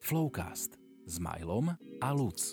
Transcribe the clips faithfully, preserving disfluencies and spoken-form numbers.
Flowcast s Majlom a Luc.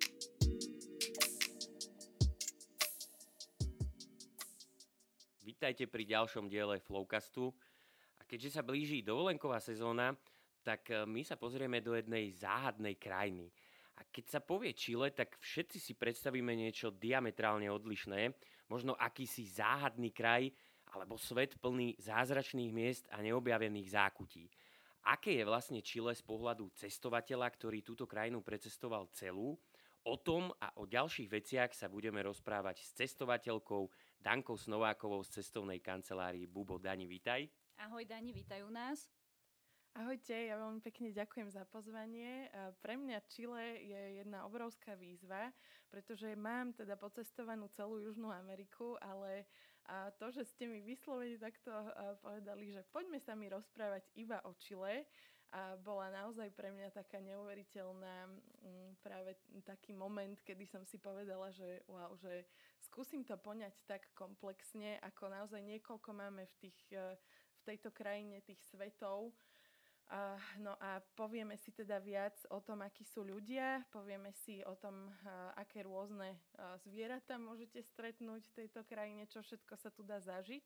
Vítajte pri ďalšom diele Flowcastu. A keďže sa blíži dovolenková sezóna, tak my sa pozrieme do jednej záhadnej krajiny. A keď sa povie Čile, tak všetci si predstavíme niečo diametrálne odlišné, možno akýsi záhadný kraj alebo svet plný zázračných miest a neobjavených zákutí. Aké je vlastne Čile z pohľadu cestovateľa, ktorý túto krajinu precestoval celú? O tom a o ďalších veciach sa budeme rozprávať s cestovateľkou Dankou Snovákovou z cestovnej kancelárii Bubo. Dani, vítaj. Ahoj Dani, vítajú nás. Ahojte, ja veľmi pekne ďakujem za pozvanie. Pre mňa Čile je jedna obrovská výzva, pretože mám teda pocestovanú celú Južnú Ameriku, ale to, že ste mi vyslovene takto povedali, že poďme sa mi rozprávať iba o Čile, a bola naozaj pre mňa taká neuveriteľná práve taký moment, kedy som si povedala, že wow, že skúsim to poňať tak komplexne, ako naozaj niekoľko máme v, tých, v tejto krajine tých svetov. Uh, no a povieme si teda viac o tom, akí sú ľudia, povieme si o tom, uh, aké rôzne uh, zvieratá môžete stretnúť v tejto krajine, čo všetko sa tu dá zažiť.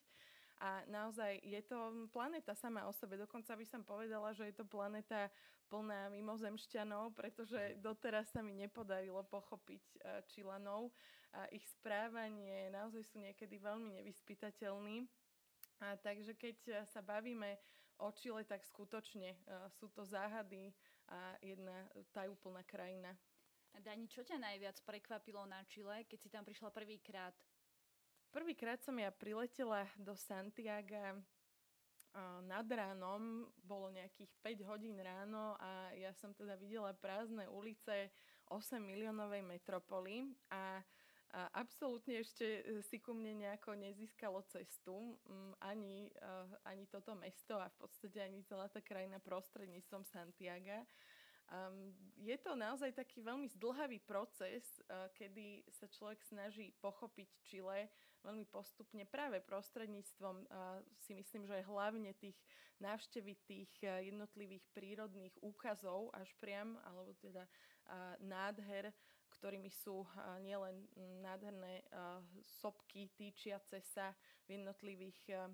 A naozaj je to planéta sama o sebe. Dokonca by som povedala, že je to planéta plná mimozemšťanov, pretože doteraz sa mi nepodarilo pochopiť uh, Čilanov. Uh, ich správanie naozaj sú niekedy veľmi nevyspytateľní. A takže keď sa bavíme o Čile, tak skutočne uh, sú to záhady a jedna tajúplná krajina. Dani, čo ťa najviac prekvapilo na Čile, keď si tam prišla prvýkrát? Prvýkrát som ja priletela do Santiaga uh, nad ránom, bolo nejakých päť hodín ráno a ja som teda videla prázdne ulice osem miliónovej metropoly a A absolútne ešte si ku mne nejako nezískalo cestu, ani, ani toto mesto a v podstate ani celá tá krajina prostredníctvom Santiaga. Um, je to naozaj taký veľmi zdĺhavý proces, uh, kedy sa človek snaží pochopiť Čile veľmi postupne práve prostredníctvom uh, si myslím, že hlavne tých návštevitých uh, jednotlivých prírodných úkazov až priam, alebo teda uh, nádher, ktorými sú uh, nielen nádherné uh, sopky týčiace sa v jednotlivých uh,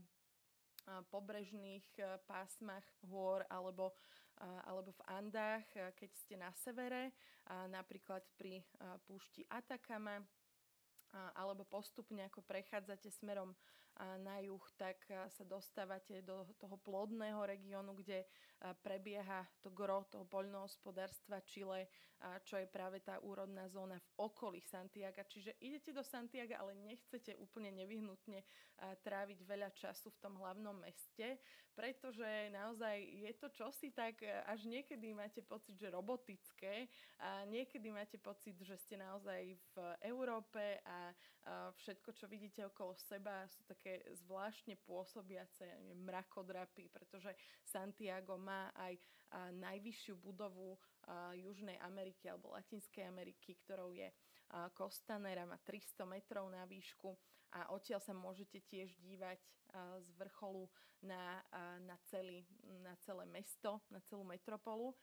pobrežných pásmach hôr alebo, alebo v Andách, keď ste na severe, napríklad pri púšti Atacama, alebo postupne ako prechádzate smerom na juh, tak sa dostávate do toho plodného regiónu, kde prebieha to gro toho poľnohospodárstva Čile, čo je práve tá úrodná zóna v okolí Santiaga. Čiže idete do Santiaga, ale nechcete úplne nevyhnutne tráviť veľa času v tom hlavnom meste, pretože naozaj je to čosi tak, až niekedy máte pocit, že robotické, a niekedy máte pocit, že ste naozaj v Európe a všetko, čo vidíte okolo seba, sú také zvláštne pôsobiace mrakodrapy, pretože Santiago má aj najvyššiu budovu Južnej Ameriky alebo Latinskej Ameriky, ktorou je Costanera, má tristo metrov na výšku a odtiaľ sa môžete tiež dívať z vrcholu na, na, celý, na celé mesto, na celú metropolu.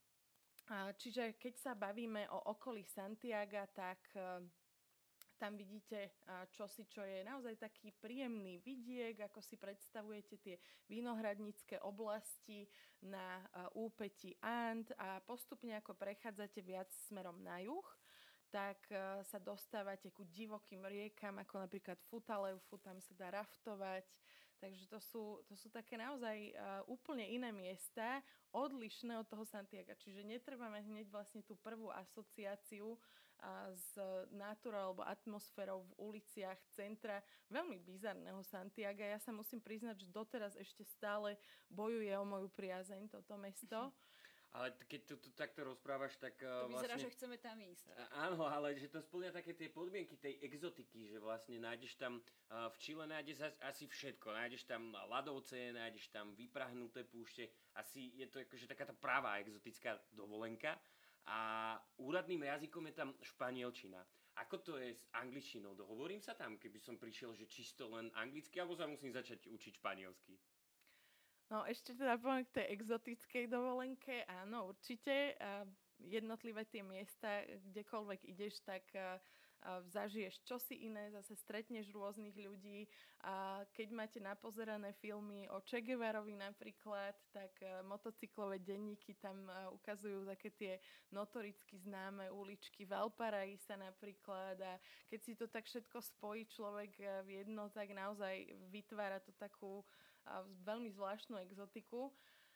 Čiže keď sa bavíme o okolí Santiaga, tak tam vidíte čosi, čo je naozaj taký príjemný vidiek, ako si predstavujete tie vinohradnícke oblasti na úpätí And a postupne ako prechádzate viac smerom na juh, tak sa dostávate ku divokým riekam, ako napríklad Futaleufu, tam sa dá raftovať. Takže to sú, to sú také naozaj uh, úplne iné miesta, odlišné od toho Santiaga. Čiže netreba mať hneď vlastne tú prvú asociáciu uh, s náturou alebo atmosférou v uliciach centra veľmi bizarného Santiaga. Ja sa musím priznať, že doteraz ešte stále bojuje o moju priazeň toto mesto. Ale keď tu, tu takto rozprávaš, tak to vyzerá, vlastne... že chceme tam ísť. Áno, ale že to spĺňa také tie podmienky tej exotiky, že vlastne nájdeš tam, v Čile nájdeš asi všetko. Nájdeš tam ľadovce, nájdeš tam vyprahnuté púšte. Asi je to akože taká tá pravá exotická dovolenka. A úradným jazykom je tam španielčina. Ako to je s angličtinou? Dohovorím sa tam, keby som prišiel, že čisto len anglicky, alebo sa musím začať učiť španielsky? No ešte teda poviem k tej exotickej dovolenke. Áno, určite. A jednotlivé tie miesta, kdekoľvek ideš, tak a, a zažiješ čosi iné, zase stretneš rôznych ľudí. A keď máte napozerané filmy o Che Guevarovi napríklad, tak a, motocyklové denníky tam a, ukazujú také tie notoricky známe uličky Valparaísa napríklad. A keď si to tak všetko spojí človek a, v jedno, tak naozaj vytvára to takú a veľmi zvláštnu exotiku.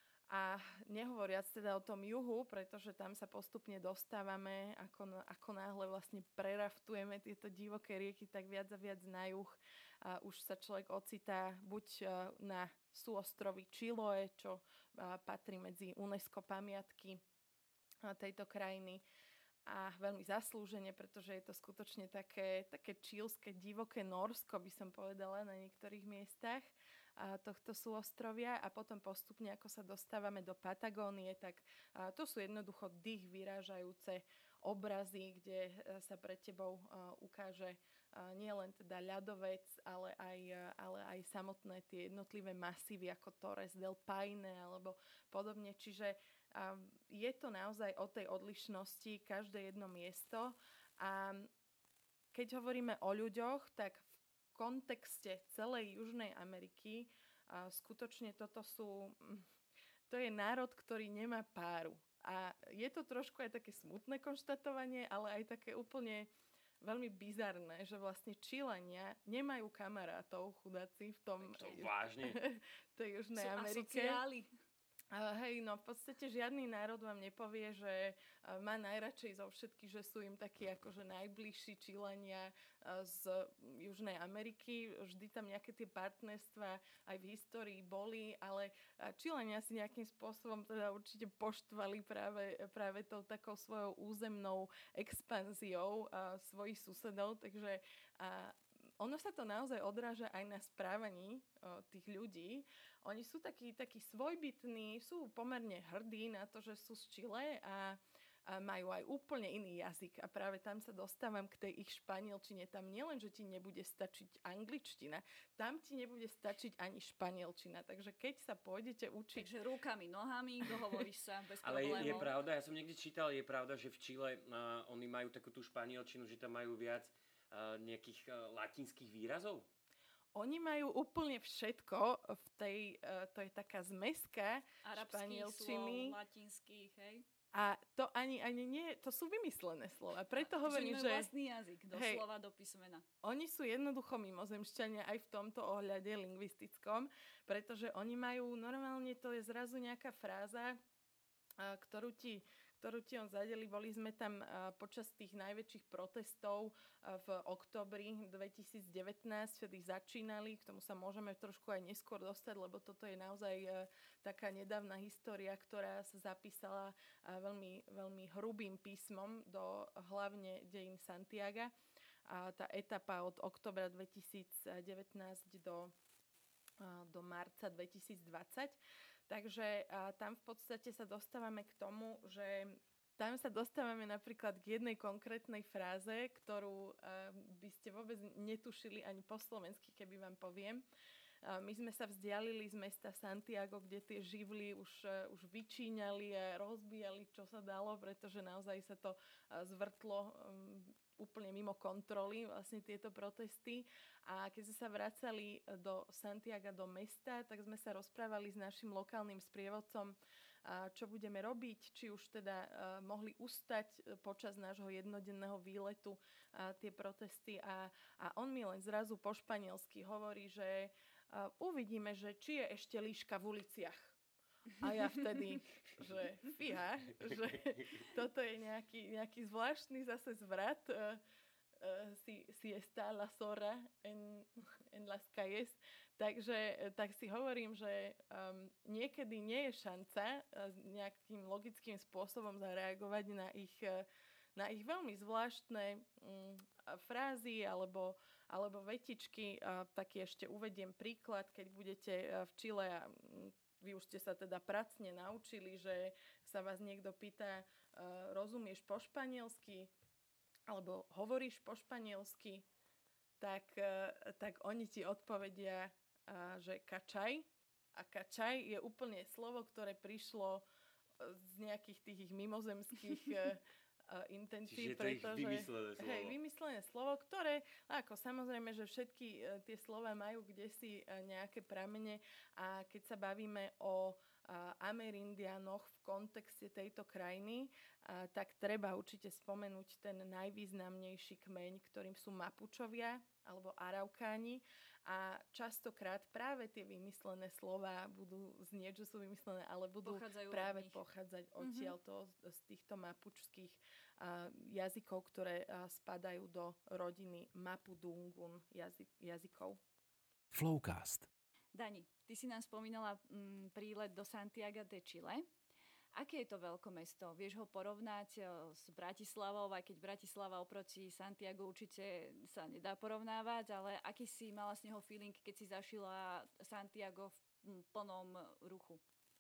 A nehovoriac teda o tom juhu, pretože tam sa postupne dostávame, ako, ako náhle vlastne preraftujeme tieto divoké rieky, tak viac a viac na juh. A už sa človek ocitá buď na súostrovi Chiloé, čo patrí medzi UNESCO pamiatky tejto krajiny. A veľmi zaslúžene, pretože je to skutočne také, také čílske, divoké Norsko, by som povedala, na niektorých miestach a tohto súostrovia. A potom postupne, ako sa dostávame do Patagónie, tak a to sú jednoducho dých vyrážajúce obrazy, kde sa pred tebou a, ukáže a, nielen teda ľadovec, ale aj, ale aj samotné tie jednotlivé masívy ako Torres del Paine alebo podobne. Čiže a, je to naozaj o tej odlišnosti každé jedno miesto. A keď hovoríme o ľuďoch, tak v kontexte celej Južnej Ameriky a skutočne toto sú, to je národ, ktorý nemá páru. A je to trošku aj také smutné konštatovanie, ale aj také úplne veľmi bizarné, že vlastne Číľania nemajú kamarátov, chudáci v tom... To vážne? tej Južnej Sú Amerike. asociáli. Uh, hej, no v podstate žiadny národ vám nepovie, že uh, má najradšej zo všetkých, že sú im takí akože najbližší Číľania uh, z Južnej Ameriky. Vždy tam nejaké tie partnerstva aj v histórii boli, ale uh, Číľania si nejakým spôsobom teda určite poštvali práve, práve tou takou svojou územnou expanziou uh, svojich susedov, takže uh, ono sa to naozaj odráža aj na správaní uh, tých ľudí. Oni sú takí, takí svojbytní, sú pomerne hrdí na to, že sú z Chile a, a majú aj úplne iný jazyk. A práve tam sa dostávam k tej ich španielčine. Tam nielen, že ti nebude stačiť angličtina, tam ti nebude stačiť ani španielčina. Takže keď sa pôjdete učiť... Takže rukami, nohami, dohovoríš sa bez Ale problémov. Ale je pravda, ja som niekde čítal, je pravda, že v Chile uh, oni majú takú tú španielčinu, že tam majú viac uh, nejakých uh, latinských výrazov? Oni majú úplne všetko v tej, uh, to je taká zmeska španielčiny. Slov, latinských, hej? A to ani, ani nie, to sú vymyslené slova. Preto a, hovorím, že... že... vlastný jazyk, doslova do písmena. Oni sú jednoducho mimozemšťania aj v tomto ohľade lingvistickom, pretože oni majú, normálne to je zrazu nejaká fráza, uh, ktorú ti... ktorú ti on zadeli. Boli sme tam uh, počas tých najväčších protestov uh, v októbri dvetisícdevätnásť, kedy začínali. K tomu sa môžeme trošku aj neskôr dostať, lebo toto je naozaj uh, taká nedávna história, ktorá sa zapísala uh, veľmi, veľmi hrubým písmom do hlavne dejín Santiaga. A tá etapa od októbra dvetisícdevätnásť do, uh, do marca dvetisícdvadsať. Takže a, tam v podstate sa dostávame k tomu, že tam sa dostávame napríklad k jednej konkrétnej fráze, ktorú a, by ste vôbec netušili ani po slovensky, keby vám poviem. A my sme sa vzdialili z mesta Santiago, kde tie živly už, už vyčíňali a rozbíjali, čo sa dalo, pretože naozaj sa to zvrtlo um, úplne mimo kontroly, vlastne tieto protesty. A keď sme sa vracali do Santiaga, do mesta, tak sme sa rozprávali s našim lokálnym sprievodcom, čo budeme robiť, či už teda mohli ustať počas nášho jednodenného výletu tie protesty. A, a on mi len zrazu po španielsky hovorí, že uvidíme, že či je ešte líška v uliciach. A ja vtedy, že fíha, že toto je nejaký, nejaký zvláštny zase zvrat. Uh, uh, si, si está la zorra en, en las calles. Takže tak si hovorím, že um, niekedy nie je šanca uh, nejakým logickým spôsobom zareagovať na ich, uh, na ich veľmi zvláštne um, frázy alebo, alebo vetičky. Uh, taký ešte uvediem príklad, keď budete uh, v Čile a um, vy už ste sa teda pracne naučili, že sa vás niekto pýta, uh, rozumieš po španielsky, alebo hovoríš po španielsky, tak, uh, tak oni ti odpovedia, uh, že kačaj. a kačaj je úplne slovo, ktoré prišlo z nejakých tých ich mimozemských uh, intencií. Čiže to ich vymyslené slovo. Hej, vymyslené slovo, ktoré, ako samozrejme, že všetky uh, tie slova majú kdesi uh, nejaké pramene a keď sa bavíme o uh, Amerindianoch v kontexte tejto krajiny, uh, tak treba určite spomenúť ten najvýznamnejší kmeň, ktorým sú Mapučovia alebo Araukáni. A častokrát práve tie vymyslené slova budú znieť, že sú vymyslené, ale budú Pochádzajú práve od nich. pochádzať Mhm. odtiaľto z týchto mapučských uh, jazykov, ktoré uh, spadajú do rodiny Mapudungun jazyk, jazykov. Flowcast. Dani, ty si nám spomínala mm, prílet do Santiaga de Chile. Aké je to veľkomesto? Vieš ho porovnať s Bratislavou, aj keď Bratislava oproti Santiagu určite sa nedá porovnávať, ale aký si mala z neho feeling, keď si zašila Santiago v plnom ruchu?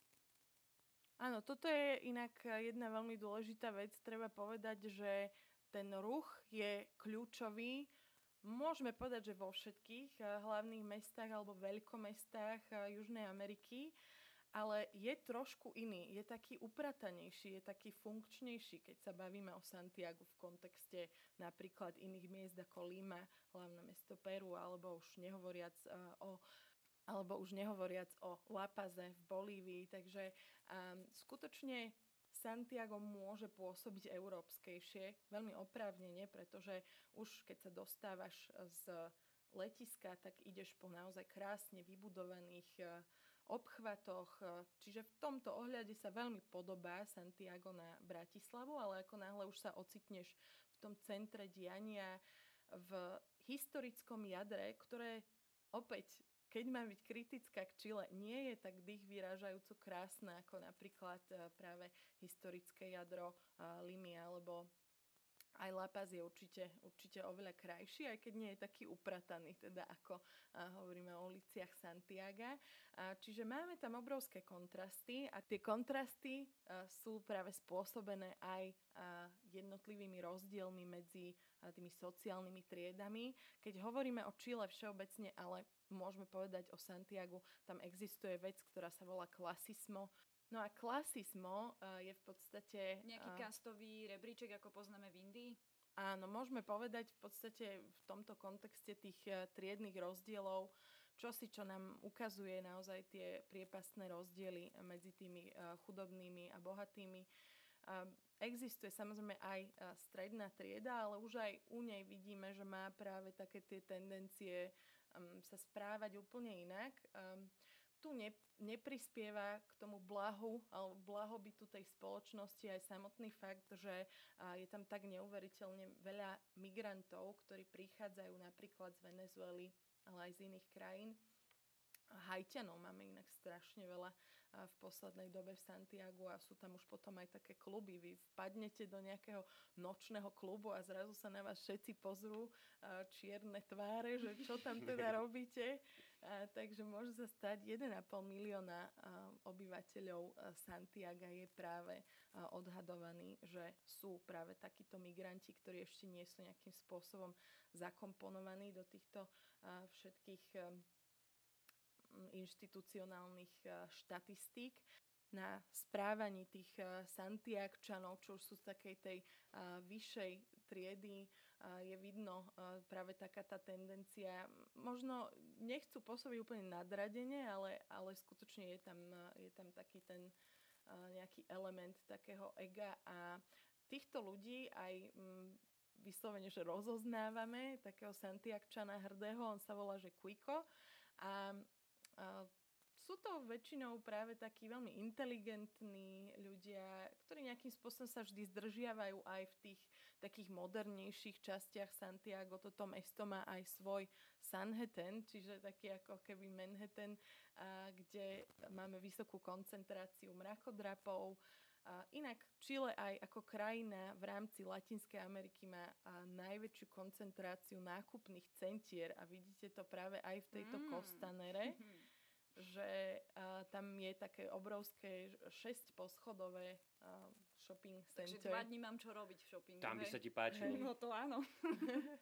Áno, toto je inak jedna veľmi dôležitá vec. Treba povedať, že ten ruch je kľúčový. Môžeme povedať, že vo všetkých hlavných mestách alebo veľkomestách Južnej Ameriky, ale je trošku iný, je taký upratanejší, je taký funkčnejší, keď sa bavíme o Santiagu v kontexte napríklad iných miest ako Lima, hlavné mesto Peru, alebo už nehovoriac uh, o alebo už nehovoriac o La Paze v Bolívii. Takže um, skutočne Santiago môže pôsobiť európskejšie, veľmi oprávnene, pretože už keď sa dostávaš z letiska, tak ideš po naozaj krásne vybudovaných uh, obchvatoch, čiže v tomto ohľade sa veľmi podobá Santiago na Bratislavu, ale ako náhle už sa ocitneš v tom centre diania, v historickom jadre, ktoré opäť, keď mám byť kritická k Chile, nie je tak dých vyrážajúco krásne ako napríklad práve historické jadro Limy alebo aj La Paz je určite, určite oveľa krajší, aj keď nie je taký uprataný, teda ako a, hovoríme o uliciach Santiaga. A, čiže máme tam obrovské kontrasty a tie kontrasty a, sú práve spôsobené aj a, jednotlivými rozdielmi medzi a, tými sociálnymi triedami. Keď hovoríme o Chile všeobecne, ale môžeme povedať o Santiagu, tam existuje vec, ktorá sa volá klasismo. No a klasismo uh, je v podstate... Nejaký uh, kastový rebríček, ako poznáme v Indii? Áno, môžeme povedať v podstate v tomto kontexte tých uh, triednych rozdielov, čo si čo nám ukazuje naozaj tie priepastné rozdiely medzi tými uh, chudobnými a bohatými. Uh, existuje samozrejme aj uh, stredná trieda, ale už aj u nej vidíme, že má práve také tie tendencie um, sa správať úplne inak. Um, tu ne, neprispieva k tomu blahu alebo blahobytu tej spoločnosti aj samotný fakt, že a, je tam tak neuveriteľne veľa migrantov, ktorí prichádzajú napríklad z Venezuely, ale aj z iných krajín. Haťanov máme inak strašne veľa a, v poslednej dobe v Santiagu a sú tam už potom aj také kluby. Vy vpadnete do nejakého nočného klubu a zrazu sa na vás všetci pozrú a, čierne tváre, že čo tam teda robíte. A, takže môže sa stať jeden a pol milióna a, obyvateľov a, Santiaga je práve a, odhadovaný, že sú práve takíto migranti, ktorí ešte nie sú nejakým spôsobom zakomponovaní do týchto a, všetkých a, inštitucionálnych a, štatistík. Na správaní tých a, Santiagčanov, čo už sú z takej tej a, vyššej triedy, a, je vidno a, práve taká tá tendencia. Možno nechcú pôsobiť úplne nadradene, ale, ale skutočne je tam, je tam taký ten a, nejaký element takého ega a týchto ľudí aj m, vyslovene, že rozoznávame takého Santiagčana hrdého, on sa volá, že Quico a a sú to väčšinou práve takí veľmi inteligentní ľudia, ktorí nejakým spôsobom sa vždy zdržiavajú aj v tých takých modernejších častiach Santiago. Toto mesto má aj svoj Sanhetén, čiže taký ako keby Manhattan, a, kde máme vysokú koncentráciu mrakodrapov. A inak Chile aj ako krajina v rámci Latinskej Ameriky má a, najväčšiu koncentráciu nákupných centier a vidíte to práve aj v tejto mm. Costanere, že a, tam je také obrovské šesťposchodové a, shopping center. Takže dva dní mám čo robiť v shoppingu. Tam by hej? sa ti páčilo. No to áno.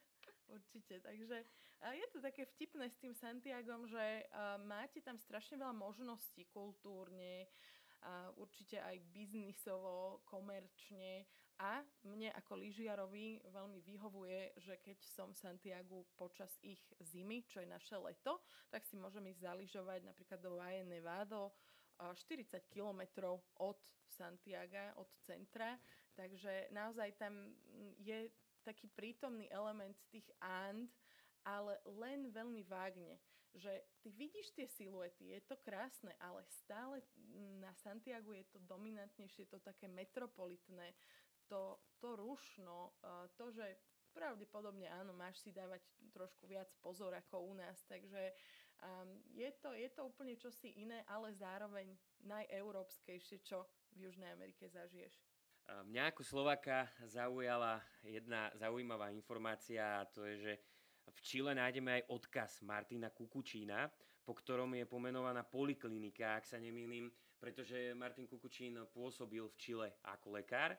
určite. Takže a je to také vtipné s tým Santiagom, že a, máte tam strašne veľa možností kultúrne, a určite aj biznisovo, komerčne a mne ako lyžiarovi veľmi vyhovuje, že keď som v Santiagu počas ich zimy, čo je naše leto, tak si môžem ísť zalyžovať napríklad do Valle Nevado, štyridsať kilometrov od Santiaga, od centra, takže naozaj tam je taký prítomný element tých and, ale len veľmi vágne, že ty vidíš tie siluety, je to krásne, ale stále na Santiagu je to dominantnejšie, to také metropolitné, to, to rušno, to, že pravdepodobne áno, máš si dávať trošku viac pozor ako u nás, takže um, je, to, je to úplne čosi iné, ale zároveň najeurópskejšie, čo v Južnej Amerike zažiješ. Mňa ako Slováka zaujala jedna zaujímavá informácia a to je, že v Čile nájdeme aj odkaz Martina Kukučína, po ktorom je pomenovaná poliklinika, ak sa nemýlim, pretože Martin Kukučín pôsobil v Čile ako lekár.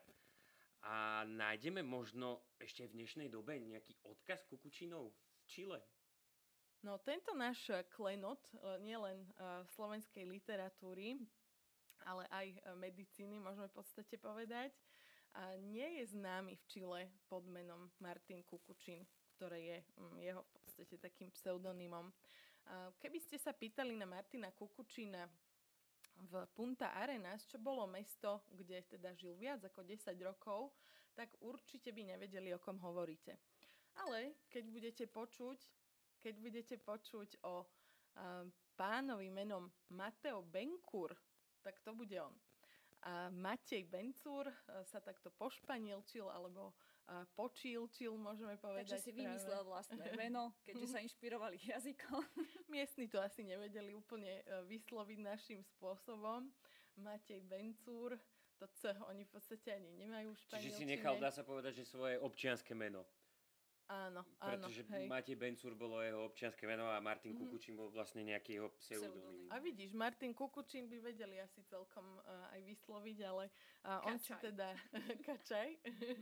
A nájdeme možno ešte v dnešnej dobe nejaký odkaz Kukučínov v Čile? No tento náš klenot, nielen slovenskej literatúry, ale aj medicíny, môžeme v podstate povedať, nie je známy v Čile pod menom Martin Kukučín, ktoré je jeho v podstate takým pseudonymom. Keby ste sa pýtali na Martina Kukučína v Punta Arenas, čo bolo mesto, kde teda žil viac ako desať rokov, tak určite by nevedeli, o kom hovoríte. Ale keď budete počuť, keď budete počuť o pánovi menom Mateo Bencur, tak to bude on. A Matej Bencur sa takto pošpanielčil, alebo počílčil, môžeme povedať. Takže si vymyslel vlastné meno, keďže sa inšpirovali jazykom. Miestni to asi nevedeli úplne vysloviť našim spôsobom. Matej Bencur, to C oni v podstate ani nemajú v španielčine. Čiže si nechal, dá sa povedať, že svoje občianske meno. Áno, áno. Pretože hej. Matej Bencur bolo jeho občianske meno a Martin mm-hmm. Kukučín bol vlastne nejaký jeho pseudonym. A vidíš, Martin Kukučín by vedeli asi celkom uh, aj vysloviť, ale uh, on si teda kačaj,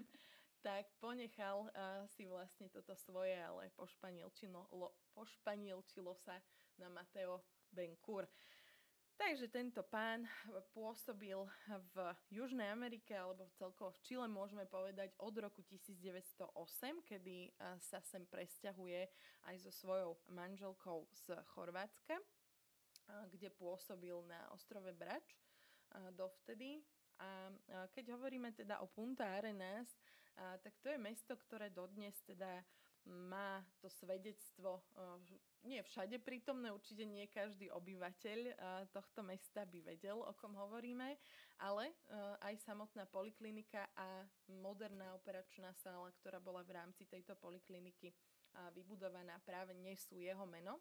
tak ponechal uh, si vlastne toto svoje, ale pošpanielčilo, pošpanielčilo sa na Mateo Bencur. Takže tento pán pôsobil v Južnej Amerike, alebo celkovo v Čile, môžeme povedať, od roku devätnásť nula osem, kedy sa sem presťahuje aj so svojou manželkou z Chorvátska, kde pôsobil na ostrove Brač dovtedy. A keď hovoríme teda o Punta Arenas, tak to je mesto, ktoré dodnes teda má to svedectvo, nie všade prítomné, určite nie každý obyvateľ tohto mesta by vedel, o kom hovoríme, ale aj samotná poliklinika a moderná operačná sála, ktorá bola v rámci tejto polikliniky vybudovaná, práve nesú jeho meno.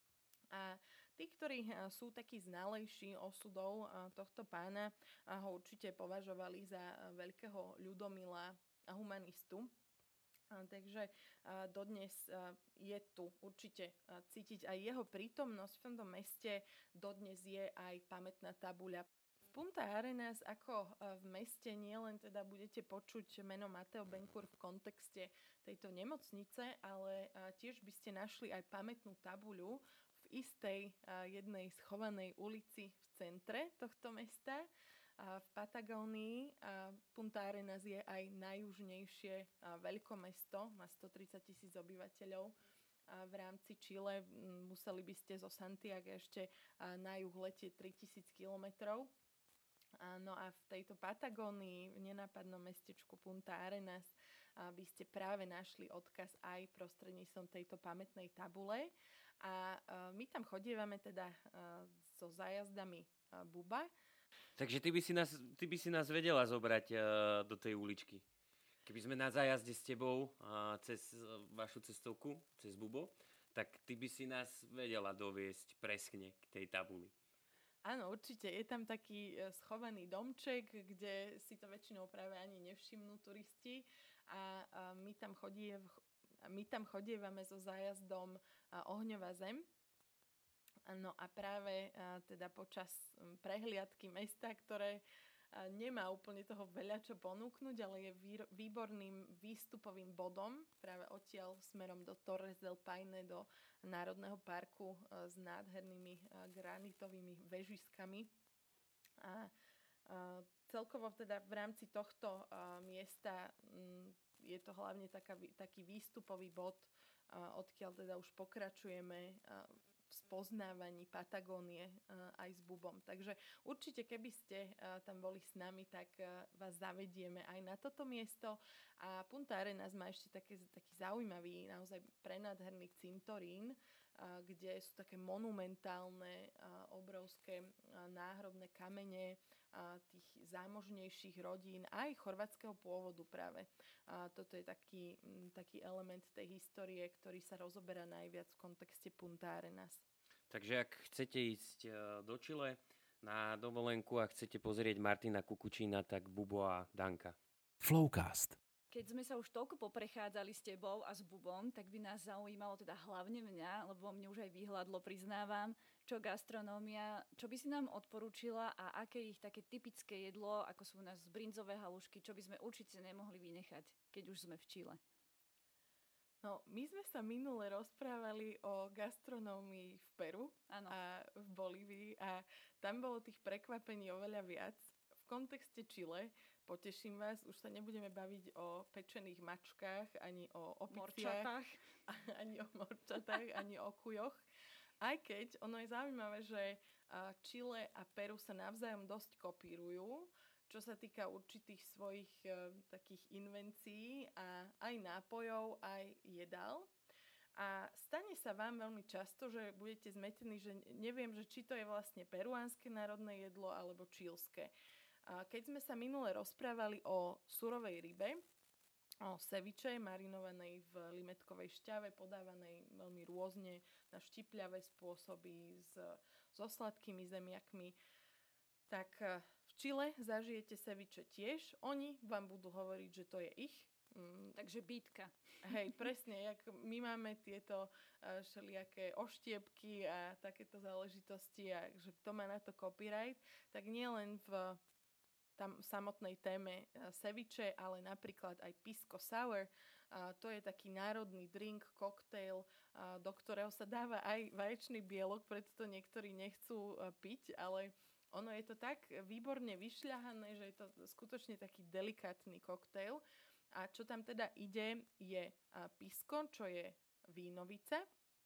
A tí, ktorí sú takí znalejší osudov tohto pána, ho určite považovali za veľkého ľudomila a humanistu. A takže a dodnes a je tu určite cítiť aj jeho prítomnosť v tomto meste. Dodnes je aj pamätná tabuľa. V Punta Arenas ako v meste nielen teda budete počuť meno Mateo Bencur v kontexte tejto nemocnice, ale tiež by ste našli aj pamätnú tabuľu v istej jednej schovanej ulici v centre tohto mesta. A v Patagónii a Punta Arenas je aj najjužnejšie veľkomesto, má stotridsať tisíc obyvateľov. A v rámci Čile museli by ste zo Santiaga ešte na juh letieť tritisíc kilometrov. No a v tejto Patagónii, v nenápadnom mestečku Punta Arenas, by ste práve našli odkaz aj prostredníctvom tejto pamätnej tabule. A my tam chodievame teda so zájazdami Buba. Takže ty by si nás, ty by si nás vedela zobrať uh, do tej uličky. Keby sme na zájazde s tebou uh, cez uh, vašu cestovku, cez Bubo, tak ty by si nás vedela doviesť presne k tej tabuli. Áno, určite. Je tam taký schovaný domček, kde si to väčšinou práve ani nevšimnú turisti. A, a my tam chodie, my tam chodievame so zájazdom Ohňová zem. No a práve a, teda počas prehliadky mesta, ktoré nemá úplne toho veľa čo ponúknuť, ale je výborným výstupovým bodom práve odtiaľ smerom do Torres del Paine, do Národného parku s nádhernými granitovými vežiskami. A celkovo teda v rámci tohto miesta je to hlavne taká, taký výstupový bod, odkiaľ teda už pokračujeme v spoznávaní Patagónie aj s Bubom. Takže určite, keby ste tam boli s nami, tak vás zavedieme aj na toto miesto. A Punta Arenas má ešte také, taký zaujímavý, naozaj prenádherný cintorín, kde sú také monumentálne, obrovské náhrobné kamene tých zámožnejších rodín, aj chorvátskeho pôvodu práve. A toto je taký, taký element tej histórie, ktorý sa rozoberá najviac v kontexte Punta Arenas. Takže ak chcete ísť do Chile na dovolenku a chcete pozrieť Martina Kukučína, tak Bubo a Danka. Flowcast. Keď sme sa už toľko poprechádzali s tebou a s Bubom, tak by nás zaujímalo, teda hlavne mňa, lebo mne už aj vyhľadlo, priznávam, čo gastronómia, čo by si nám odporúčila a aké ich také typické jedlo, ako sú u nás brinzové halušky, čo by sme určite nemohli vynechať, keď už sme v Čile. No, my sme sa minule rozprávali o gastronómii v Peru ano. A v Bolívii a tam bolo tých prekvapení oveľa viac. V kontexte Čile, poteším vás, už sa nebudeme baviť o pečených mačkách, ani o opiciach, ani o morčatách, ani o kujoch. Aj keď ono je zaujímavé, že Čile a Peru sa navzájom dosť kopírujú, čo sa týka určitých svojich uh, takých invencií a aj nápojov, aj jedál. A stane sa vám veľmi často, že budete zmetení, že neviem, že či to je vlastne peruánske národné jedlo alebo čílske. A keď sme sa minule rozprávali o surovej rybe, o ceviche marinovanej v limetkovej šťave, podávanej veľmi rôzne na štipľavé spôsoby s, so sladkými zemiakmi, tak v Čile zažijete ceviche tiež. Oni vám budú hovoriť, že to je ich. Mm, takže bítka. Hej, presne, jak my máme tieto uh, všelijaké oštiepky a takéto záležitosti a že kto má na to copyright, tak nie len v tam samotnej téme uh, ceviche, ale napríklad aj pisco sour. Uh, to je taký národný drink, koktail, uh, do ktorého sa dáva aj vaječný bielok, preto to niektorí nechcú uh, piť, ale ono je to tak výborne vyšľahané, že je to skutočne taký delikátny koktail. A čo tam teda ide, je pisco, čo je vínovice.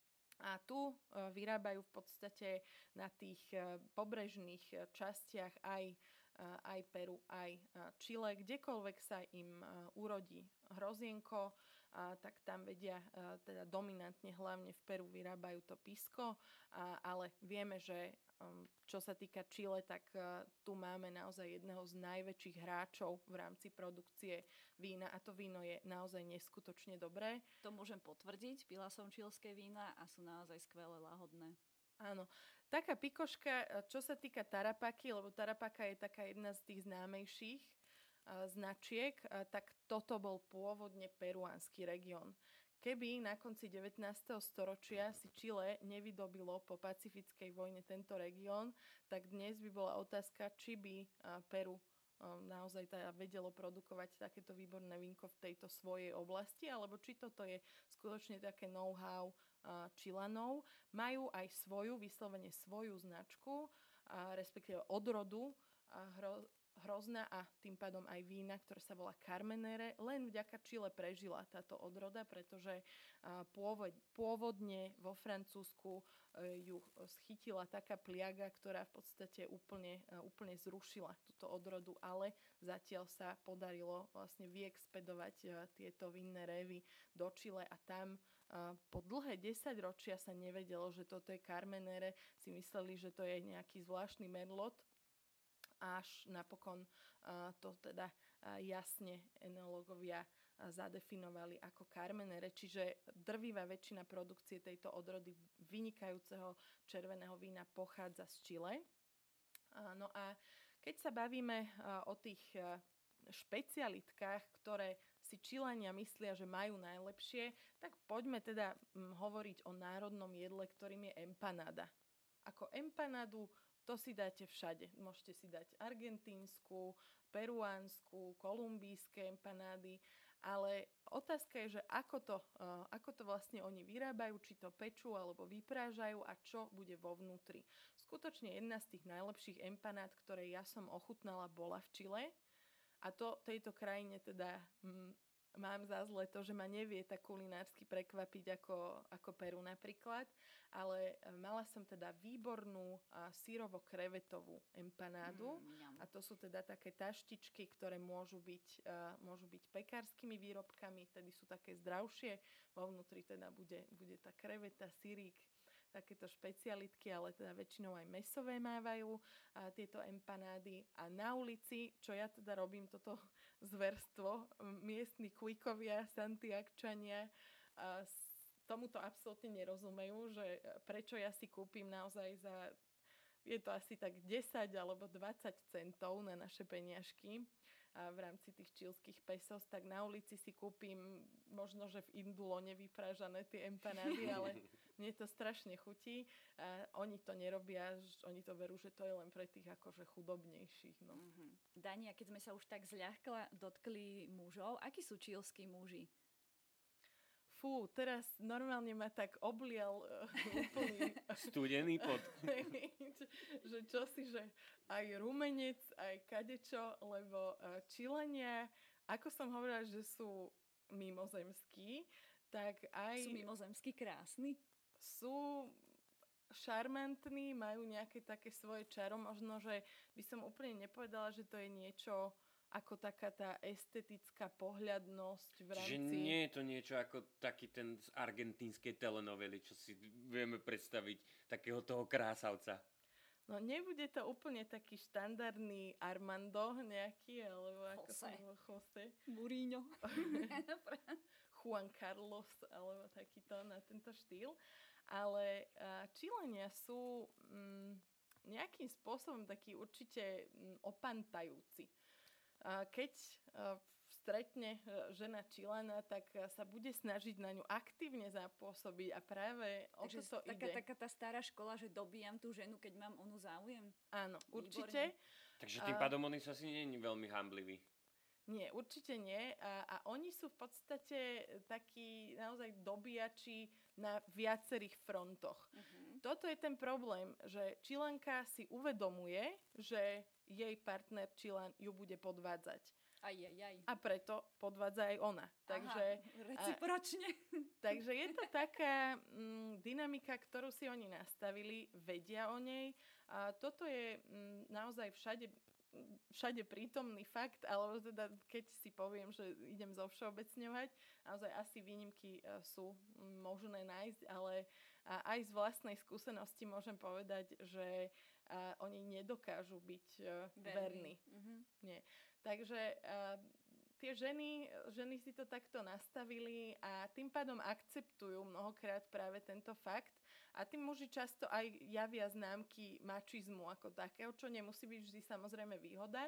A tu vyrábajú v podstate na tých pobrežných častiach aj, aj Peru, aj Čile. Kdekoľvek sa im urodí hrozienko, tak tam vedia, teda dominantne hlavne v Peru vyrábajú to pisco, ale vieme, že čo sa týka Čile, tak tu máme naozaj jedného z najväčších hráčov v rámci produkcie vína a to víno je naozaj neskutočne dobré. To môžem potvrdiť, pila som čilské vína a sú naozaj skvelé, lahodné. Áno. Taká pikoška, čo sa týka Tarapaky, lebo Tarapaka je taká jedna z tých známejších uh, značiek, uh, tak toto bol pôvodne peruánsky región. Keby na konci devätnásteho storočia si Čile nevydobilo po pacifickej vojne tento región, tak dnes by bola otázka, či by uh, Peru uh, naozaj teda vedelo produkovať takéto výborné vínko v tejto svojej oblasti, alebo či toto je skutočne také know-how Čilanov. Majú aj svoju, vyslovene svoju značku, a respektíve odrodu a hro, hrozna a tým pádom aj vína, ktoré sa volá Carmenere. Len vďaka Čile prežila táto odroda, pretože pôvod, pôvodne vo Francúzsku ju schytila taká pliaga, ktorá v podstate úplne, úplne zrušila túto odrodu, ale zatiaľ sa podarilo vlastne vyexpedovať tieto vinné révy do Čile a tam po dlhé desaťročia sa nevedelo, že toto je Carmenere, si mysleli, že to je nejaký zvláštny merlot, až napokon uh, to teda uh, jasne enológovia uh, zadefinovali ako Carmenere, čiže drvivá väčšina produkcie tejto odrody vynikajúceho červeného vína pochádza z Čile. Uh, no a keď sa bavíme uh, o tých uh, špecialitkách, ktoré si Čilania myslia, že majú najlepšie, tak poďme teda hm, hovoriť o národnom jedle, ktorým je empanada. Ako empanadu to si dáte všade. Môžete si dať argentínsku, peruánsku, kolumbijské empanády, ale otázka je, že ako to, uh, ako to vlastne oni vyrábajú, či to pečú alebo vyprážajú a čo bude vo vnútri. Skutočne jedna z tých najlepších empanád, ktoré ja som ochutnala, bola v Čile a to tejto krajine teda mm, mám za zle to, že ma nevie tak kulinársky prekvapiť ako, ako Peru napríklad, ale mala som teda výbornú a syrovo-krevetovú empanádu mm, a to sú teda také taštičky, ktoré môžu byť, uh, môžu byť pekárskymi výrobkami, tedy sú také zdravšie, vo vnútri teda bude, bude tá kreveta, syrík, takéto špecialitky, ale teda väčšinou aj mäsové mávajú a tieto empanády. A na ulici, čo ja teda robím toto zverstvo, miestni kujkovia, santiagčania a tomuto absolútne nerozumejú, že prečo ja si kúpim naozaj za, je to asi tak desať alebo dvadsať centov na naše peniažky a v rámci tých čilských pesos, tak na ulici si kúpim možno, že v indulone vyprážané tie empanády, ale mne to strašne chutí. A oni to nerobia, oni to berú, že to je len pre tých akože chudobnejších. No. Mm-hmm. Dani, a keď sme sa už tak zľahka dotkli mužov, akí sú čilskí muži? Fú, teraz normálne ma tak oblial uh, úplný... Studený pot. že čo si, že aj rumenec, aj kadečo, lebo uh, Čilenia, ako som hovorila, že sú mimozemskí, tak aj... Sú mimozemskí krásni? Sú šarmantní, majú nejaké také svoje čaro, možno, že by som úplne nepovedala, že to je niečo ako taká tá estetická pohľadnosť v rámci... Čiže nie je to niečo ako taký ten z argentínskej telenovely, čo si vieme predstaviť, takého toho krásavca. No nebude to úplne taký štandardný Armando nejaký, alebo ako Jose. som bol Jose. Mourinho. Juan Carlos, alebo takýto na tento štýl. Ale uh, Čilenia sú um, nejakým spôsobom taký určite um, opantajúci. Uh, keď uh, stretne uh, žena Čilana, tak uh, sa bude snažiť na ňu aktívne zapôsobiť a práve o Takže to taká, ide. taká tá stará škola, že dobíjam tú ženu, keď mám onu záujem? Áno, Výborne. určite. Takže tým pádom oni sú asi nie je veľmi hambliví. Nie, určite nie. A, a oni sú v podstate takí naozaj dobíjači na viacerých frontoch. Uh-huh. Toto je ten problém, že Čilanka si uvedomuje, že jej partner Čilan ju bude podvádzať. Aj, aj, aj. A preto podvádza aj ona. Takže, Aha, recipročne. A, takže je to taká mm, dynamika, ktorú si oni nastavili, vedia o nej. A toto je mm, naozaj všade všade prítomný fakt, alebo teda keď si poviem, že idem zovšeobecňovať, naozaj asi výnimky sú možné nájsť, ale aj z vlastnej skúsenosti môžem povedať, že oni nedokážu byť verní. verní. Mm-hmm. Nie. Takže tie ženy, ženy si to takto nastavili a tým pádom akceptujú mnohokrát práve tento fakt. A tým muži často aj javia známky mačizmu ako takého, čo nemusí byť vždy samozrejme výhoda.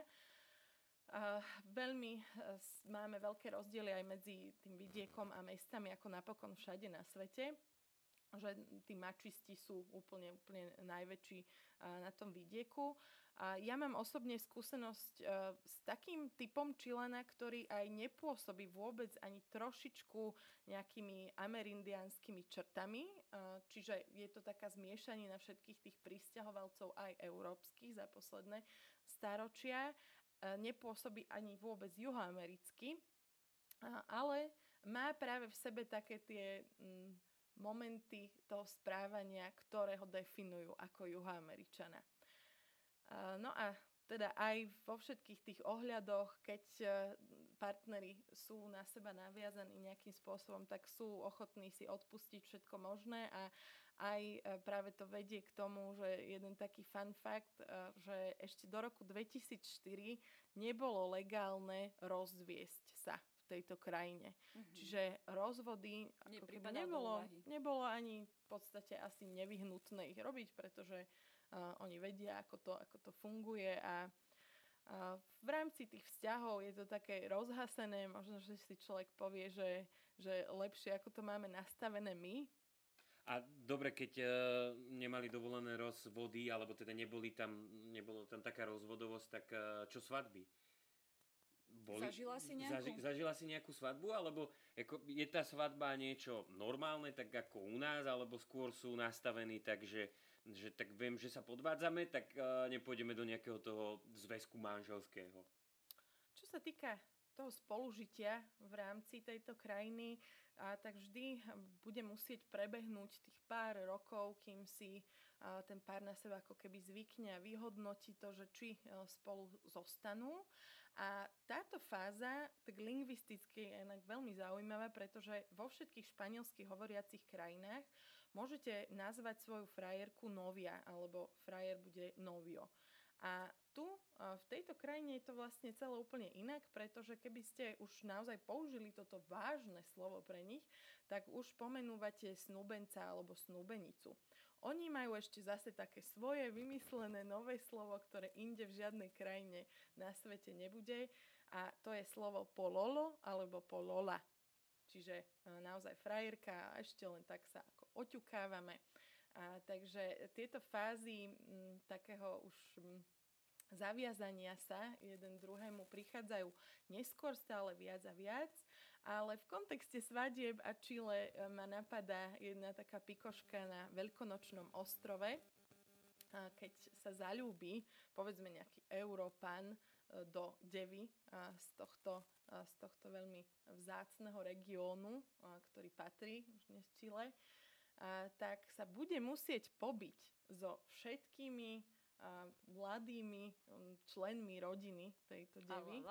Uh, veľmi uh, máme veľké rozdiely aj medzi tým vidiekom a mestami, ako napokon všade na svete. Že tí mačisti sú úplne, úplne najväčší uh, na tom vidieku. A ja mám osobne skúsenosť uh, s takým typom Čilana, ktorý aj nepôsobí vôbec ani trošičku nejakými amerindiánskymi črtami. Uh, čiže je to taká zmiešanina všetkých tých prisťahovalcov aj európskych za posledné stáročia. Uh, nepôsobí ani vôbec juhoamericky, uh, ale má práve v sebe také tie um, momenty toho správania, ktoré ho definujú ako juhoameričana. No a teda aj vo všetkých tých ohľadoch, keď partneri sú na seba naviazaní nejakým spôsobom, tak sú ochotní si odpustiť všetko možné a aj práve to vedie k tomu, že jeden taký fun fact, že ešte do roku dvetisícštyri nebolo legálne rozviesť sa v tejto krajine. Mm-hmm. Čiže rozvody ako keby nebolo, nebolo ani v podstate asi nevyhnutné ich robiť, pretože Uh, oni vedia, ako to, ako to funguje a uh, v rámci tých vzťahov je to také rozhasené, možno, že si človek povie, že, že lepšie, ako to máme nastavené my. A dobre, keď uh, nemali dovolené rozvody, alebo teda neboli tam, nebolo tam taká rozvodovosť, tak uh, čo svadby? Boli, Zažila si nejakú? Zaži, zažila si nejakú svadbu, alebo ako, je tá svadba niečo normálne, tak ako u nás, alebo skôr sú nastavení tak, že, že tak viem, že sa podvádzame, tak uh, nepôjdeme do nejakého toho zväzku manželského. Čo sa týka toho spolužitia v rámci tejto krajiny, a tak vždy bude musieť prebehnúť tých pár rokov, kým si a, ten pár na seba ako keby zvykne a vyhodnotí to, že či a, spolu zostanú. A táto fáza tak lingvisticky je inak veľmi zaujímavá, pretože vo všetkých španielsky hovoriacich krajinách môžete nazvať svoju frajerku novia, alebo frajer bude novio. A tu v tejto krajine je to vlastne celé úplne inak, pretože keby ste už naozaj použili toto vážne slovo pre nich, tak už pomenúvate snúbenca alebo snúbenicu. Oni majú ešte zase také svoje vymyslené nové slovo, ktoré inde v žiadnej krajine na svete nebude, a to je slovo pololo alebo polola. Čiže naozaj frajerka a ešte len tak sa ako oťukávame. A takže tieto fázy m, takého už m, zaviazania sa jeden druhému prichádzajú neskôr stále viac a viac, ale v kontexte svadieb a Čile ma napadá jedna taká pikoška na Veľkonočnom ostrove, keď sa zaľúbi, povedzme nejaký Európan do devy z tohto, z tohto veľmi vzácneho regiónu, ktorý patrí už dnes Čile, a tak sa bude musieť pobiť so všetkými a, mladými členmi rodiny tejto devy.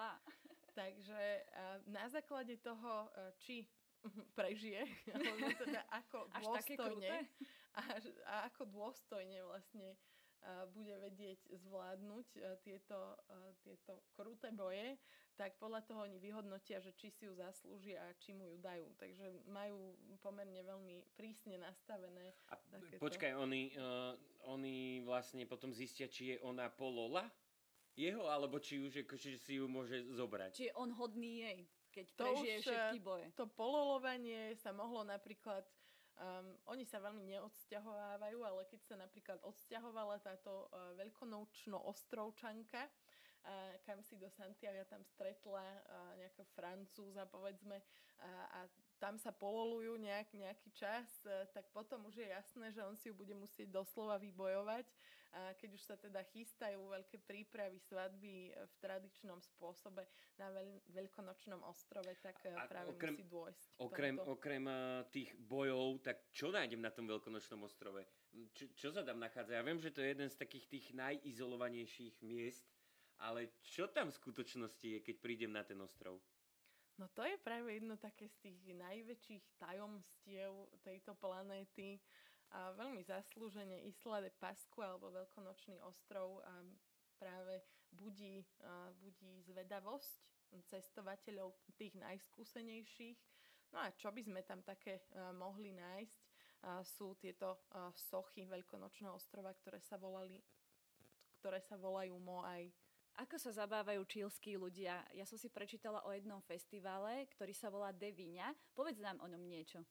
Takže a, na základe toho, a, či prežije, alebo teda ako dôstojne a, a ako dôstojne vlastne a, bude vedieť zvládnuť a, tieto, a, tieto kruté boje, tak podľa toho oni vyhodnotia, že či si ju zaslúžia a či mu ju dajú. Takže majú pomerne veľmi prísne nastavené. A takéto... počkaj, oni, uh, oni vlastne potom zistia, či je ona polola jeho, alebo či už akože si ju môže zobrať. Či je on hodný jej, keď to prežije už, všetky boje. To pololovanie sa mohlo napríklad... Um, oni sa veľmi neodsťahovávajú, ale keď sa napríklad odsťahovala táto uh, veľkonočno-ostrovčanka, uh, kam si do Santiaga tam stretla uh, nejakého Francúza, povedzme, uh, a tam sa pololujú nejak, nejaký čas, uh, tak potom už je jasné, že on si ju bude musieť doslova vybojovať. A keď už sa teda chystajú veľké prípravy svadby v tradičnom spôsobe na veľ, veľkonočnom ostrove, tak a práve okrem, musí dôjsť. Okrem, okrem tých bojov, tak čo nájdem na tom veľkonočnom ostrove? Čo, čo sa tam nachádza? Ja viem, že to je jeden z takých tých najizolovanejších miest, ale čo tam v skutočnosti je, keď prídem na ten ostrov? No to je práve jedno také z tých najväčších tajomstiev tejto planéty. A veľmi zaslúžene Isla de Pascua alebo Veľkonočný ostrov a práve budí, a budí zvedavosť cestovateľov tých najskúsenejších. No a čo by sme tam také a, mohli nájsť, a, sú tieto a, sochy Veľkonočného ostrova, ktoré sa volali, ktoré sa volajú Moai. Ako sa zabávajú čílski ľudia? Ja som si prečítala o jednom festivale, ktorý sa volá De Viña. Povedz nám o ňom niečo.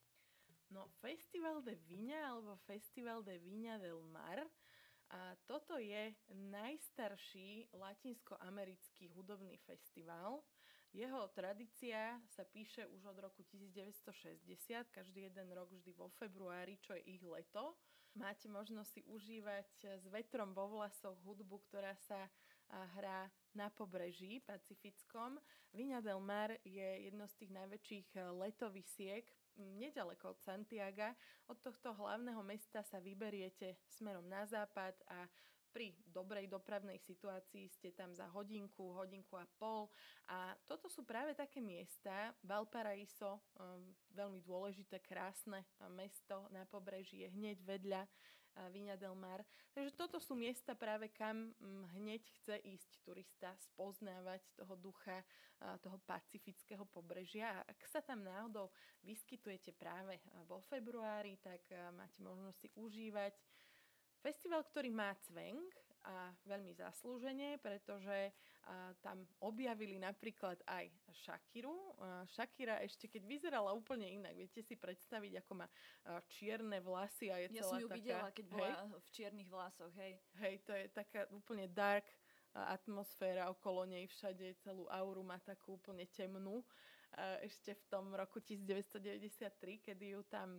No, Festival de Viña alebo Festival de Viña del Mar, a toto je najstarší latinskoamerický hudobný festival. Jeho tradícia sa píše už od roku devätnásťstošesťdesiat, každý jeden rok vždy vo februári, čo je ich leto. Máte možnosť si užívať s vetrom vo vlasoch hudbu, ktorá sa hrá na pobreží pacifickom. Viña del Mar je jedno z tých najväčších letovisiek nedaleko od Santiaga. Od tohto hlavného mesta sa vyberiete smerom na západ a pri dobrej dopravnej situácii ste tam za hodinku, hodinku a pol. A toto sú práve také miesta. Valparaíso, veľmi dôležité, krásne mesto na pobreží, je hneď vedľa Viña del Mar. Takže toto sú miesta práve, kam hneď chce ísť turista, spoznávať toho ducha toho pacifického pobrežia. A ak sa tam náhodou vyskytujete práve vo februári, tak máte možnosť si užívať festival, ktorý má cvenk, a veľmi zaslúžene, pretože a tam objavili napríklad aj Shakiru. A Shakira ešte keď vyzerala úplne inak, viete si predstaviť, ako má čierne vlasy a je ja celá taká... Ja som ju taká, videla, keď bola hej, v čiernych vlasoch, hej. Hej, to je taká úplne dark atmosféra okolo nej všade, celú auru má takú úplne temnú. Ešte v tom roku devätnásťstodeväťdesiattri, kedy ju tam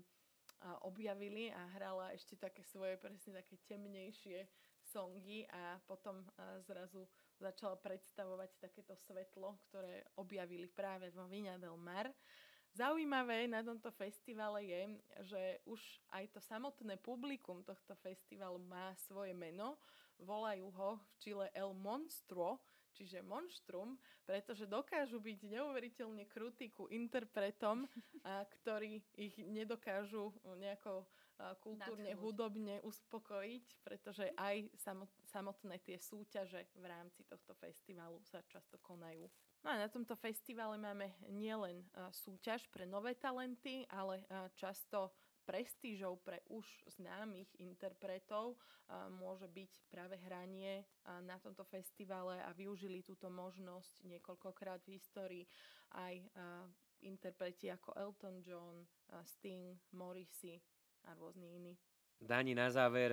objavili a hrala ešte také svoje presne také temnejšie songy a potom zrazu začala predstavovať takéto svetlo, ktoré objavili práve vo Viña del Mar. Zaujímavé na tomto festivale je, že už aj to samotné publikum tohto festivalu má svoje meno. Volajú ho v Čile El Monstruo, čiže monštrum, pretože dokážu byť neuveriteľne krutí ku interpretom, a, ktorí ich nedokážu nejako a, kultúrne, Nadchnúť. hudobne uspokojiť, pretože aj samotné tie súťaže v rámci tohto festivalu sa často konajú. No a na tomto festivale máme nielen a, súťaž pre nové talenty, ale a, často prestížou pre už známych interpretov a, môže byť práve hranie a, na tomto festivale a využili túto možnosť niekoľkokrát v histórii aj a, interpreti ako Elton John, a Sting, Morrissey a rôzni iní. Dani, na záver,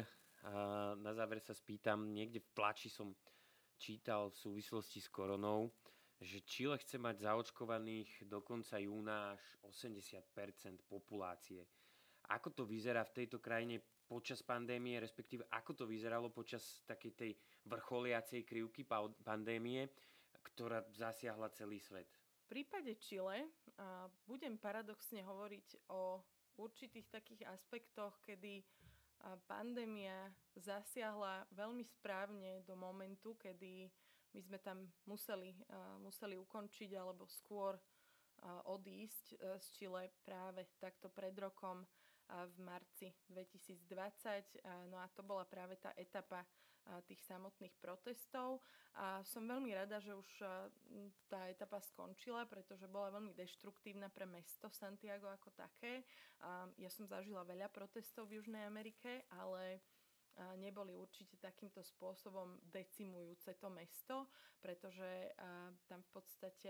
a na záver sa spýtam, niekde v tlači som čítal v súvislosti s koronou, že Čile chce mať zaočkovaných do konca júna až osemdesiat percent populácie. Ako to vyzerá v tejto krajine počas pandémie, respektíve ako to vyzeralo počas takej tej vrcholiacej krivky pandémie, ktorá zasiahla celý svet? V prípade Čile a budem paradoxne hovoriť o určitých takých aspektoch, kedy pandémia zasiahla veľmi správne do momentu, kedy my sme tam museli, museli ukončiť alebo skôr odísť z Čile práve takto pred rokom v marci dvetisícdvadsať. No a to bola práve tá etapa tých samotných protestov. A som veľmi rada, že už tá etapa skončila, pretože bola veľmi deštruktívna pre mesto Santiago ako také. Ja som zažila veľa protestov v Južnej Amerike, ale neboli určite takýmto spôsobom decimujúce to mesto, pretože tam v podstate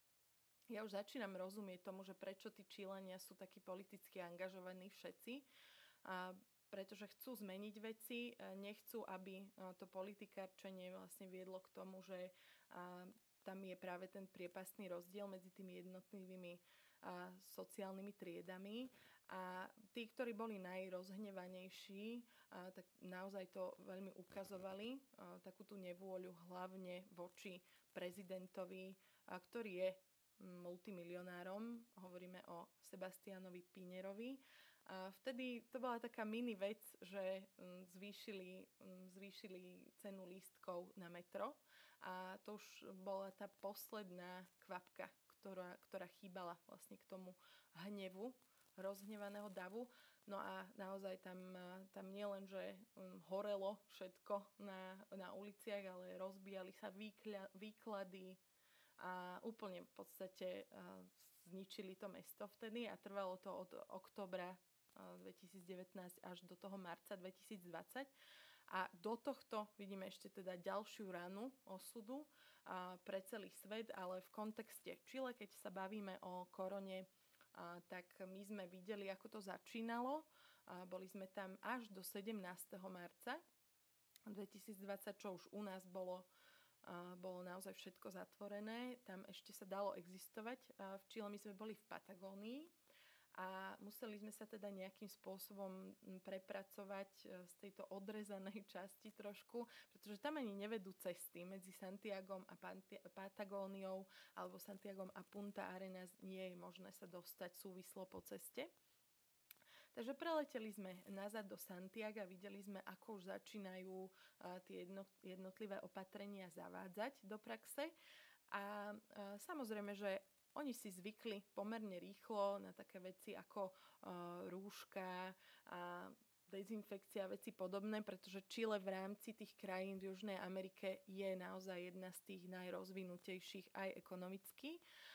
ja už začínam rozumieť tomu, že prečo tí Číľania sú takí politicky angažovaní všetci, a pretože chcú zmeniť veci, nechcú, aby to politikárčenie vlastne viedlo k tomu, že tam je práve ten priepastný rozdiel medzi tými jednotlivými sociálnymi triedami. A tí, ktorí boli najrozhnevanejší, tak naozaj to veľmi ukazovali, takú tú nevôľu hlavne voči prezidentovi, ktorý je multimilionárom, hovoríme o Sebastianovi Piñerovi. A vtedy to bola taká mini vec, že zvýšili, zvýšili cenu lístkov na metro a to už bola tá posledná kvapka, ktorá, ktorá chýbala vlastne k tomu hnevu rozhnevaného davu. No a naozaj tam, tam nie len, že horelo všetko na, na uliciach, ale rozbíjali sa výkľa, výklady, a úplne v podstate uh, zničili to mesto vtedy a trvalo to od októbra uh, dvetisícdevätnásť až do toho marca dvetisícdvadsať. A do tohto vidíme ešte teda ďalšiu ranu osudu uh, pre celý svet, ale v kontexte Čile, keď sa bavíme o korone, uh, tak my sme videli, ako to začínalo. Uh, boli sme tam až do sedemnásteho marca dvetisícdvadsať, čo už u nás bolo Uh, bolo naozaj všetko zatvorené. Tam ešte sa dalo existovať. Uh, v Čile my sme boli v Patagónii a museli sme sa teda nejakým spôsobom prepracovať uh, z tejto odrezanej časti trošku, pretože tam ani nevedú cesty medzi Santiagom a Panti- Patagóniou alebo Santiagom a Punta Arenas. Nie je možné sa dostať súvislo po ceste. Takže preleteli sme nazad do Santiaga, videli sme, ako už začínajú uh, tie jedno, jednotlivé opatrenia zavádzať do praxe. A uh, samozrejme, že oni si zvykli pomerne rýchlo na také veci ako uh, rúška a dezinfekcia a veci podobné, pretože Čile v rámci tých krajín v Južnej Amerike je naozaj jedna z tých najrozvinutejších aj ekonomicky.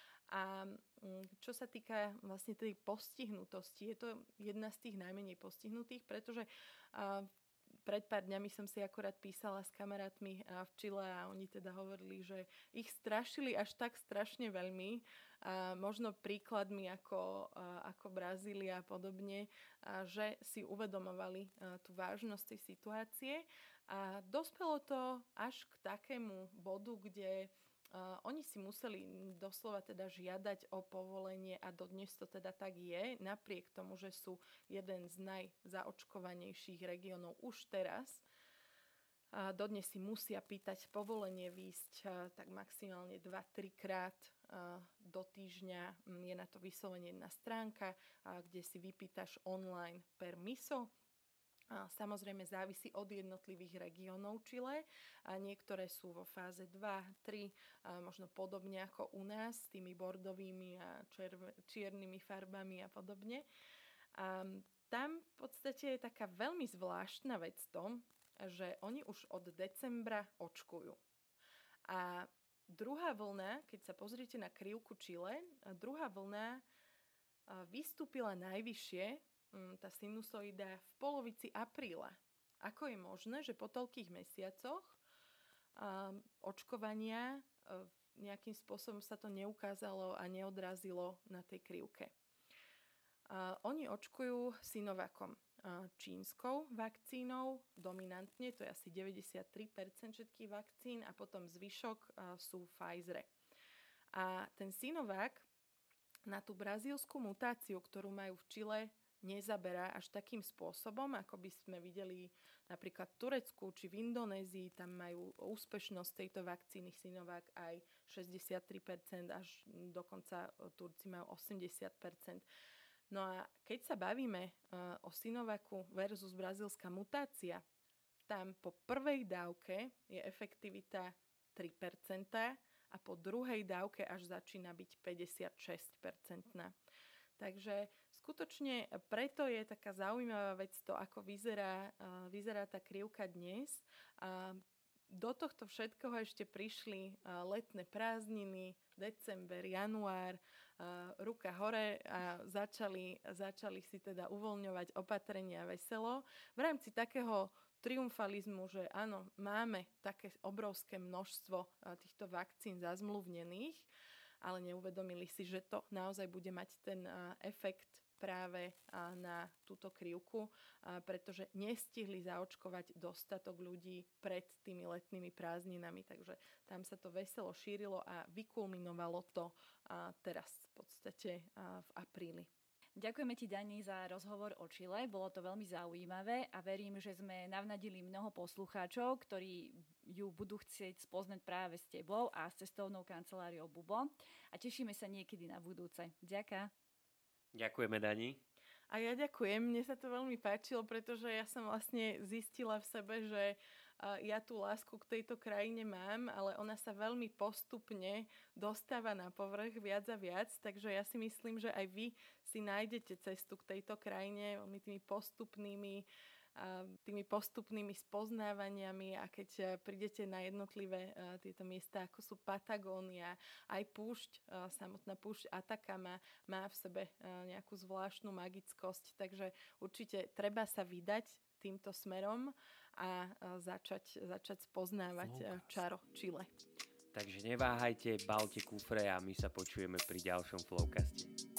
A čo sa týka vlastne tej postihnutosti, je to jedna z tých najmenej postihnutých, pretože pred pár dňami som si akorát písala s kamarátmi v Čile a oni teda hovorili, že ich strašili až tak strašne veľmi, a možno príkladmi ako, ako Brazília a podobne, a že si uvedomovali tú vážnosť tej situácie. A dospelo to až k takému bodu, kde Uh, oni si museli doslova teda žiadať o povolenie a dodnes to teda tak je, napriek tomu, že sú jeden z najzaočkovanejších regiónov už teraz. Uh, dodnes si musia pýtať povolenie výjsť uh, tak maximálne dva tri krát uh, do týždňa. Je na to vyslovene jedna stránka, uh, kde si vypýtaš online permiso. A samozrejme závisí od jednotlivých regiónov Čile. A niektoré sú vo fáze dva, tri, a možno podobne ako u nás s tými bordovými a červ- čiernymi farbami a podobne. A tam v podstate je taká veľmi zvláštna vec to, že oni už od decembra očkujú. A druhá vlna, keď sa pozriete na krivku Čile, druhá vlna vystúpila najvyššie, tá sinusoida v polovici apríla. Ako je možné, že po toľkých mesiacoch um, očkovania um, nejakým spôsobom sa to neukázalo a neodrazilo na tej krivke? Uh, oni očkujú Sinovakom, uh, čínskou vakcínou, dominantne, to je asi deväťdesiattri percent všetkých vakcín a potom zvyšok uh, sú Pfizer. A ten Sinovac na tú brazílsku mutáciu, ktorú majú v Čile, nezaberá až takým spôsobom, ako by sme videli napríklad v Turecku či v Indonézii. Tam majú úspešnosť tejto vakcíny Sinovac aj šesťdesiattri percent, až dokonca Turci majú osemdesiat percent. No a keď sa bavíme uh, o Sinovacu versus brazílska mutácia, tam po prvej dávke je efektivita tri percentá a po druhej dávke až začína byť päťdesiatšesť percent. Takže skutočne preto je taká zaujímavá vec to, ako vyzerá, uh, vyzerá tá krivka dnes. Uh, do tohto všetkoho ešte prišli uh, letné prázdniny, december, január, uh, ruka hore a začali, začali si teda uvoľňovať opatrenia veselo. V rámci takého triumfalizmu, že áno, máme také obrovské množstvo uh, týchto vakcín zazmluvnených, ale neuvedomili si, že to naozaj bude mať ten uh, efekt práve uh, na túto krivku, uh, pretože nestihli zaočkovať dostatok ľudí pred tými letnými prázdninami. Takže tam sa to veselo šírilo a vykulminovalo to uh, teraz v podstate uh, v apríli. Ďakujeme ti, Dani, za rozhovor o Čile. Bolo to veľmi zaujímavé a verím, že sme navnadili mnoho poslucháčov, ktorí ju budú chcieť spoznať práve s tebou a s cestovnou kanceláriou Bubo. A tešíme sa niekedy na budúce. Ďaká. Ďakujeme, Dani. A ja ďakujem. Mne sa to veľmi páčilo, pretože ja som vlastne zistila v sebe, že ja tú lásku k tejto krajine mám, ale ona sa veľmi postupne dostáva na povrch viac a viac, takže ja si myslím, že aj vy si nájdete cestu k tejto krajine veľmi tými postupnými tými postupnými spoznávaniami a keď prídete na jednotlivé tieto miesta, ako sú Patagónia, aj púšť, samotná púšť Atacama má v sebe nejakú zvláštnu magickosť, takže určite treba sa vydať týmto smerom a začať, začať spoznávať Flowcast. Čaro Čile. Takže neváhajte, balte kufre a my sa počujeme pri ďalšom Flowcaste.